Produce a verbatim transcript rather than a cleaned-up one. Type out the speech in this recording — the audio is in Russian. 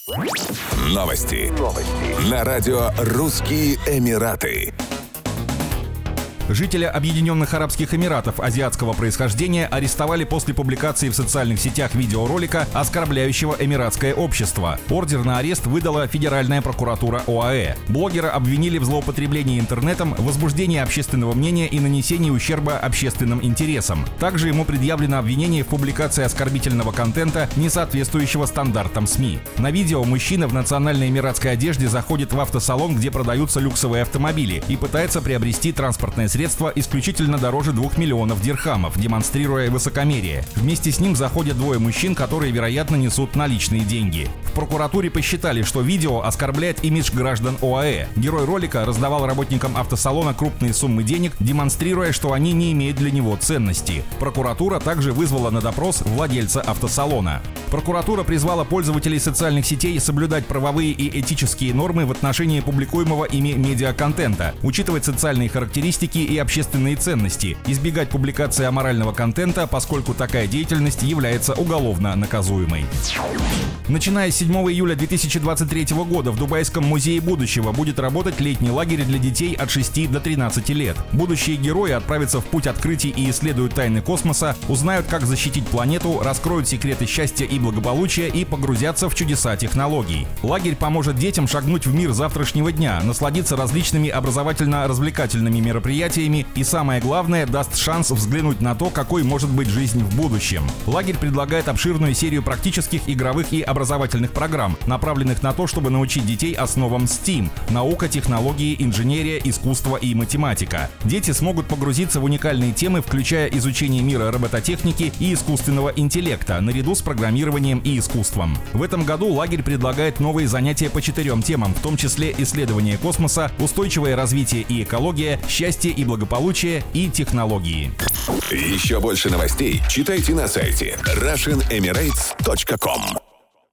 Новости. Новости. На радио «Русские Эмираты». Жителя Объединенных Арабских Эмиратов азиатского происхождения арестовали после публикации в социальных сетях видеоролика, оскорбляющего эмиратское общество. Ордер на арест выдала Федеральная прокуратура ОАЭ. Блогера обвинили в злоупотреблении интернетом, возбуждении общественного мнения и нанесении ущерба общественным интересам. Также ему предъявлено обвинение в публикации оскорбительного контента, не соответствующего стандартам СМИ. На видео мужчина в национальной эмиратской одежде заходит в автосалон, где продаются люксовые автомобили, и пытается приобрести транспортное средство средства исключительно дороже двух миллионов дирхамов, демонстрируя высокомерие. Вместе с ним заходят двое мужчин, которые, вероятно, несут наличные деньги. В прокуратуре посчитали, что видео оскорбляет имидж граждан ОАЭ. Герой ролика раздавал работникам автосалона крупные суммы денег, демонстрируя, что они не имеют для него ценности. Прокуратура также вызвала на допрос владельца автосалона. Прокуратура призвала пользователей социальных сетей соблюдать правовые и этические нормы в отношении публикуемого ими медиаконтента, учитывать социальные характеристики и общественные ценности, избегать публикации аморального контента, поскольку такая деятельность является уголовно наказуемой. Начиная с седьмого июля две тысячи двадцать третьего года в Дубайском музее будущего будет работать летний лагерь для детей от шести до тринадцати лет. Будущие герои отправятся в путь открытий и исследуют тайны космоса, узнают, как защитить планету, раскроют секреты счастья и благополучия и погрузятся в чудеса технологий. Лагерь поможет детям шагнуть в мир завтрашнего дня, насладиться различными образовательно-развлекательными мероприятиями и, самое главное, даст шанс взглянуть на то, какой может быть жизнь в будущем. Лагерь предлагает обширную серию практических, игровых и образовательных программ, направленных на то, чтобы научить детей основам стим – наука, технологии, инженерия, искусство и математика. Дети смогут погрузиться в уникальные темы, включая изучение мира робототехники и искусственного интеллекта, наряду с программированием и искусством. В этом году лагерь предлагает новые занятия по четырем темам, в том числе исследование космоса, устойчивое развитие и экология, счастье и благополучие и технологии. Еще больше новостей читайте на сайте Russian Emirates точка ком.